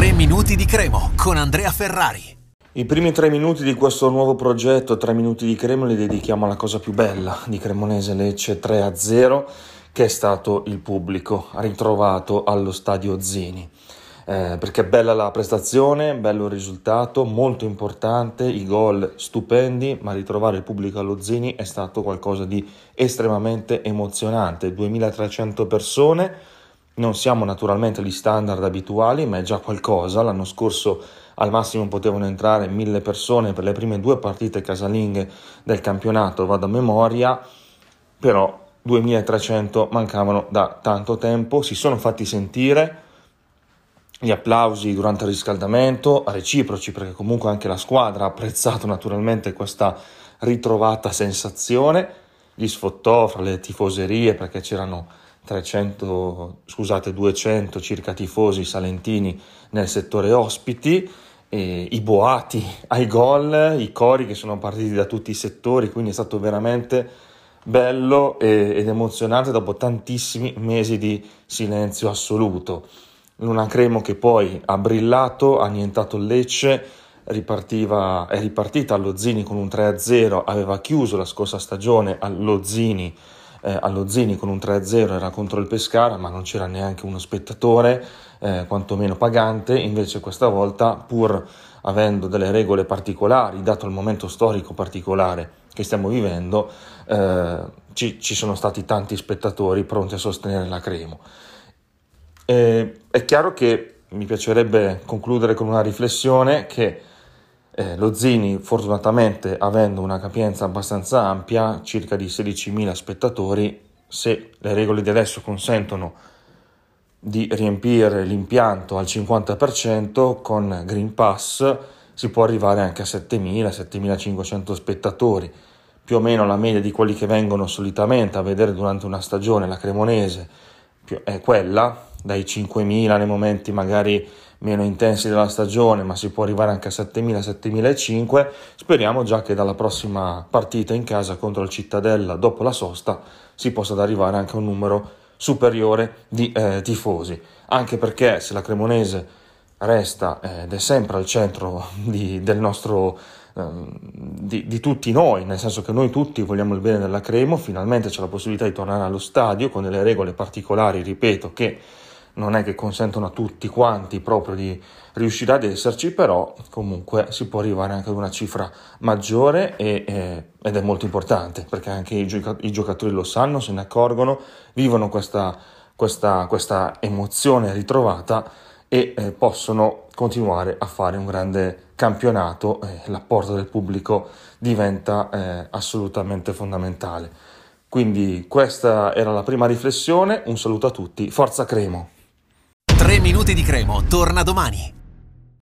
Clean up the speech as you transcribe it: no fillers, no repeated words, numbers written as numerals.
3 minuti di Cremo con Andrea Ferrari. I primi 3 minuti di questo nuovo progetto, 3 minuti di Cremo, li dedichiamo alla cosa più bella di Cremonese Lecce 3-0, che è stato il pubblico ritrovato allo stadio Zini. Perché bella la prestazione, bello il risultato, molto importante, i gol stupendi, ma ritrovare il pubblico allo Zini è stato qualcosa di estremamente emozionante. 2300 persone, non siamo naturalmente agli standard abituali, ma è già qualcosa. L'anno scorso al massimo potevano entrare 1000 persone per le prime 2 partite casalinghe del campionato, vado a memoria, però 2300 mancavano da tanto tempo, si sono fatti sentire gli applausi durante il riscaldamento, reciproci, perché comunque anche la squadra ha apprezzato naturalmente questa ritrovata sensazione, gli sfottò fra le tifoserie, perché c'erano 200 circa tifosi salentini nel settore ospiti, e i boati ai gol, i cori che sono partiti da tutti i settori, quindi è stato veramente bello ed emozionante dopo tantissimi mesi di silenzio assoluto. Una Cremo che poi ha brillato, ha annientato il Lecce, è ripartita allo Zini con un 3-0, aveva chiuso la scorsa stagione allo Zini con un 3-0, era contro il Pescara, ma non c'era neanche uno spettatore, quantomeno pagante. Invece questa volta, pur avendo delle regole particolari, dato il momento storico particolare che stiamo vivendo, ci sono stati tanti spettatori pronti a sostenere la Cremo. È chiaro che mi piacerebbe concludere con una riflessione che lo Zini, fortunatamente, avendo una capienza abbastanza ampia, circa di 16.000 spettatori, se le regole di adesso consentono di riempire l'impianto al 50%, con Green Pass si può arrivare anche a 7.000-7.500 spettatori, più o meno la media di quelli che vengono solitamente a vedere durante una stagione la Cremonese è quella, dai 5.000 nei momenti magari meno intensi della stagione, ma si può arrivare anche a 7.000-7.500. Speriamo già che dalla prossima partita in casa contro il Cittadella, dopo la sosta, si possa arrivare anche a un numero superiore di tifosi, anche perché se la Cremonese resta ed è sempre al centro del nostro di tutti noi, nel senso che noi tutti vogliamo il bene della Cremo, finalmente c'è la possibilità di tornare allo stadio con delle regole particolari, ripeto, che non è che consentono a tutti quanti proprio di riuscire ad esserci, però comunque si può arrivare anche ad una cifra maggiore ed è molto importante, perché anche i giocatori lo sanno, se ne accorgono, vivono questa emozione ritrovata e possono continuare a fare un grande campionato. L'apporto del pubblico diventa assolutamente fondamentale. Quindi questa era la prima riflessione, un saluto a tutti, forza Cremo! 3 minuti di Cremo torna domani.